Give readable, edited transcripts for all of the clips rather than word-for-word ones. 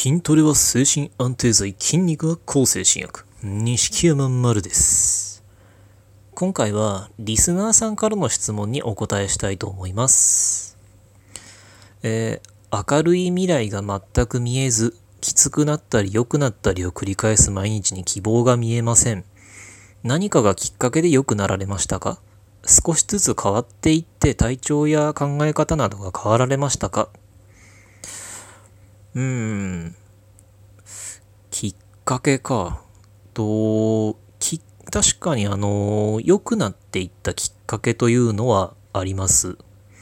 筋トレは精神安定剤、筋肉は抗精神薬。錦山丸です。今回はリスナーさんからの質問にお答えしたいと思います。明るい未来が全く見えず、きつくなったり良くなったりを繰り返す毎日に希望が見えません。何かがきっかけで良くなられましたか？少しずつ変わっていって体調や考え方などが変わられましたか？きっかけか。確かに良くなっていったきっかけというのはあります。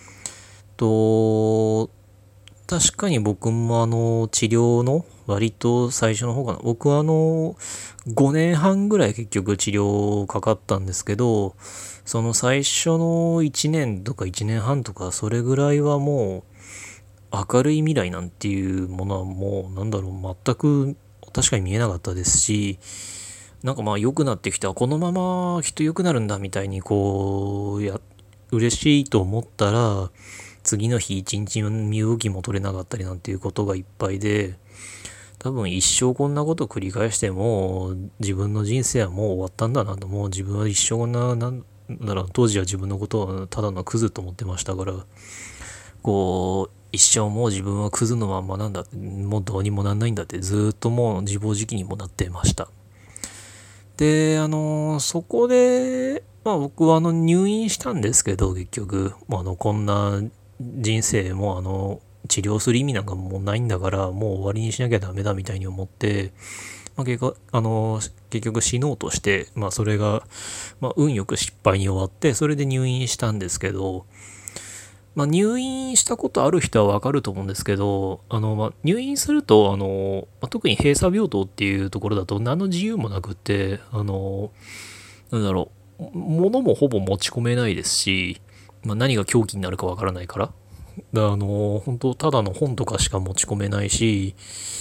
と、確かに僕も治療の割と最初の方かな。僕は5年半ぐらい結局治療かかったんですけど、その最初の1年とか1年半とかそれぐらいはもう明るい未来なんていうものはもう全く確かに見えなかったですし、良くなってきた、このままきっと良くなるんだみたいに嬉しいと思ったら、次の日一日身動きも取れなかったりなんていうことがいっぱいで、多分一生こんなこと繰り返しても自分の人生はもう終わったんだなと。もう自分は一生こんな、当時は自分のことをただのクズと思ってましたから、一生もう自分はクズのまんまなんだって、もうどうにもなんないんだってずっともう自暴自棄にもなってました。で、そこで、僕は入院したんですけど、結局、こんな人生も治療する意味なんかもうないんだから、もう終わりにしなきゃダメだみたいに思って、結局死のうとして、それが、運よく失敗に終わって、それで入院したんですけど、入院したことある人はわかると思うんですけど、入院すると、特に閉鎖病棟っていうところだと何の自由もなくて、物もほぼ持ち込めないですし、何が凶器になるかわからないから。本当ただの本とかしか持ち込めないし、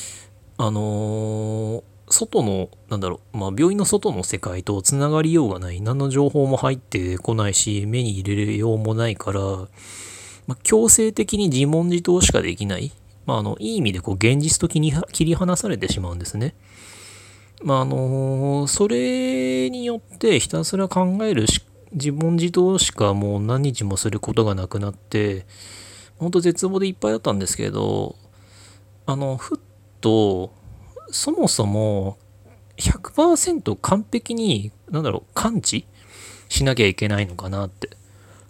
外の、病院の外の世界とつながりようがない。何の情報も入ってこないし、目に入れようもないから、強制的に自問自答しかできない。いい意味で現実と切り離されてしまうんですね。それによってひたすら考える自問自答しかもう何日もすることがなくなって、ほんと絶望でいっぱいだったんですけど、ふっと、そもそも100% 完璧に、完治しなきゃいけないのかなって。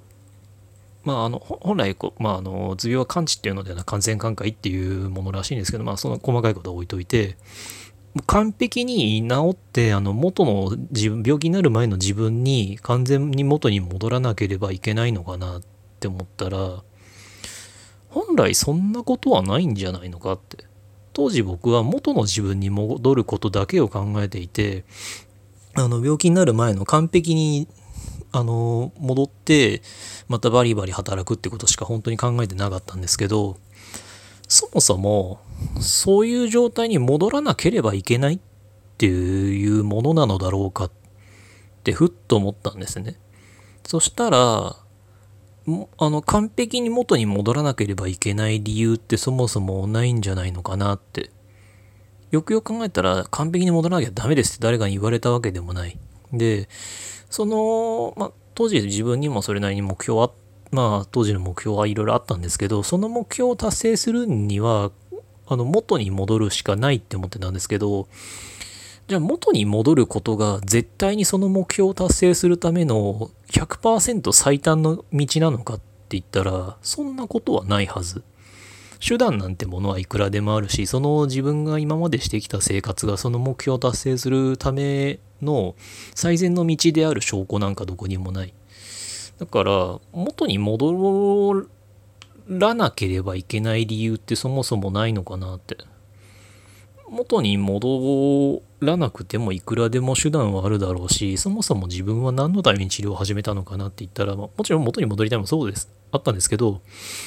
本来図病は完治っていうのでは完全寛解っていうものらしいんですけど、その細かいことは置いといて、完璧に治って、元の病気になる前の自分に完全に元に戻らなければいけないのかなって思ったら、本来そんなことはないんじゃないのかって。当時僕は元の自分に戻ることだけを考えていて、病気になる前の完璧に戻ってまたバリバリ働くってことしか本当に考えてなかったんですけど、そもそもそういう状態に戻らなければいけないっていうものなのだろうかってふっと思ったんですね。そしたら完璧に元に戻らなければいけない理由ってそもそもないんじゃないのかなって。よくよく考えたら完璧に戻らなきゃダメですって誰かに言われたわけでもない。で、当時自分にもそれなりに目標当時の目標はいろいろあったんですけど、その目標を達成するには、元に戻るしかないって思ってたんですけど、じゃあ元に戻ることが絶対にその目標を達成するための 100% 最短の道なのかって言ったら、そんなことはないはず。手段なんてものはいくらでもあるし、その自分が今までしてきた生活がその目標を達成するための最善の道である証拠なんかどこにもない。だから元に戻らなければいけない理由ってそもそもないのかなって。元に戻らなくてもいくらでも手段はあるだろうし、そもそも自分は何のために治療を始めたのかなって言ったら、もちろん元に戻りたいもそうです。あったんですけど、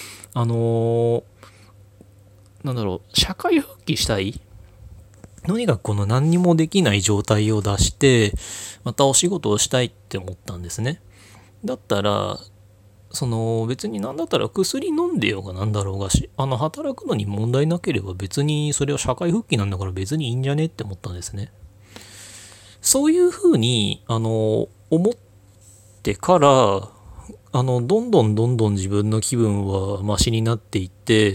社会復帰したい、とにかくこの何にもできない状態を出してまたお仕事をしたいって思ったんですね。だったらその別に何だったら薬飲んでようがなんだろうがし、働くのに問題なければ別にそれは社会復帰なんだから別にいいんじゃねって思ったんですね。そういうふうに、思ってから、どんどん自分の気分はマシになっていって、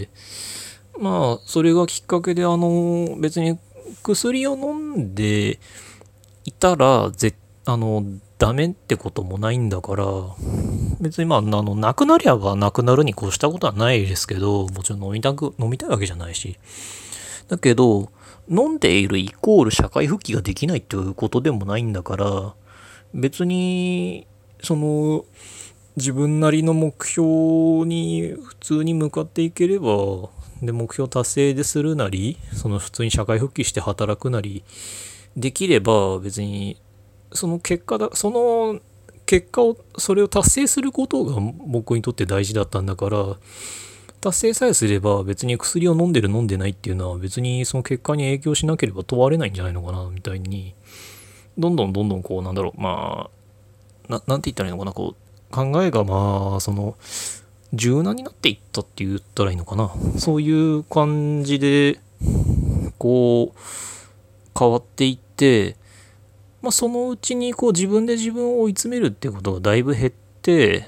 まあ、それがきっかけで、別に薬を飲んでいたら、ダメってこともないんだから、別にまあ、なくなりゃばなくなるに越したことはないですけど、もちろん飲みたいわけじゃないし。だけど、飲んでいるイコール社会復帰ができないっていうことでもないんだから、別に、自分なりの目標に普通に向かっていければ、で、目標達成でするなり、普通に社会復帰して働くなり、できれば別に、それを達成することが僕にとって大事だったんだから、達成さえすれば別に薬を飲んでる飲んでないっていうのは別にその結果に影響しなければ問われないんじゃないのかなみたいに、どんどんこうなんだろう、まあ、なんて言ったらいいのかな、こう考えがまあ柔軟になっていったって言ったらいいのかな、そういう感じでこう変わっていって、まあ、そのうちにこう自分で自分を追い詰めるってことがだいぶ減って、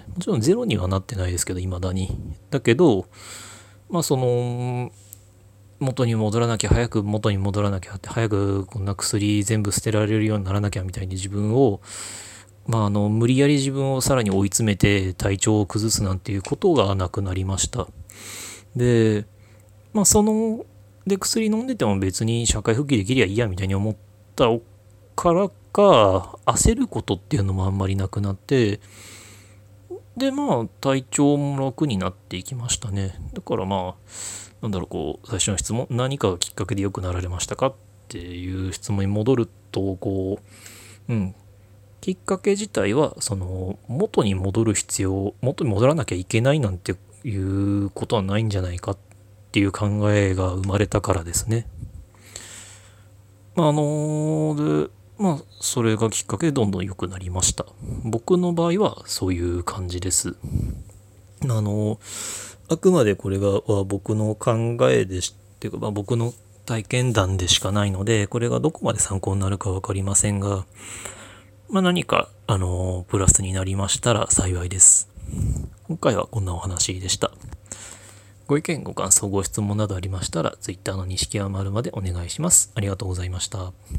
もちろんゼロにはなってないですけど、未だに。だけど、まあ元に戻らなきゃ、早く元に戻らなきゃって、早くこんな薬全部捨てられるようにならなきゃみたいに自分を、まあ無理やり自分をさらに追い詰めて体調を崩すなんていうことがなくなりました。で、まあで薬飲んでても別に社会復帰できりゃいいやみたいに思ったからか、焦ることっていうのもあんまりなくなって、でまあ体調も楽になっていきましたね。だからまあなんだろう、こう最初の質問、何かがきっかけで良くなられましたかっていう質問に戻ると、こうきっかけ自体は元に戻らなきゃいけないなんていうことはないんじゃないかっていう考えが生まれたからですね。まあそれがきっかけでどんどん良くなりました。僕の場合はそういう感じです。あくまでこれは僕の考えでっていうか、まあ、僕の体験談でしかないので、これがどこまで参考になるか分かりませんが、まあ、何か、プラスになりましたら幸いです。今回はこんなお話でした。ご意見、ご感想、ご質問などありましたら、Twitter の錦山丸までお願いします。ありがとうございました。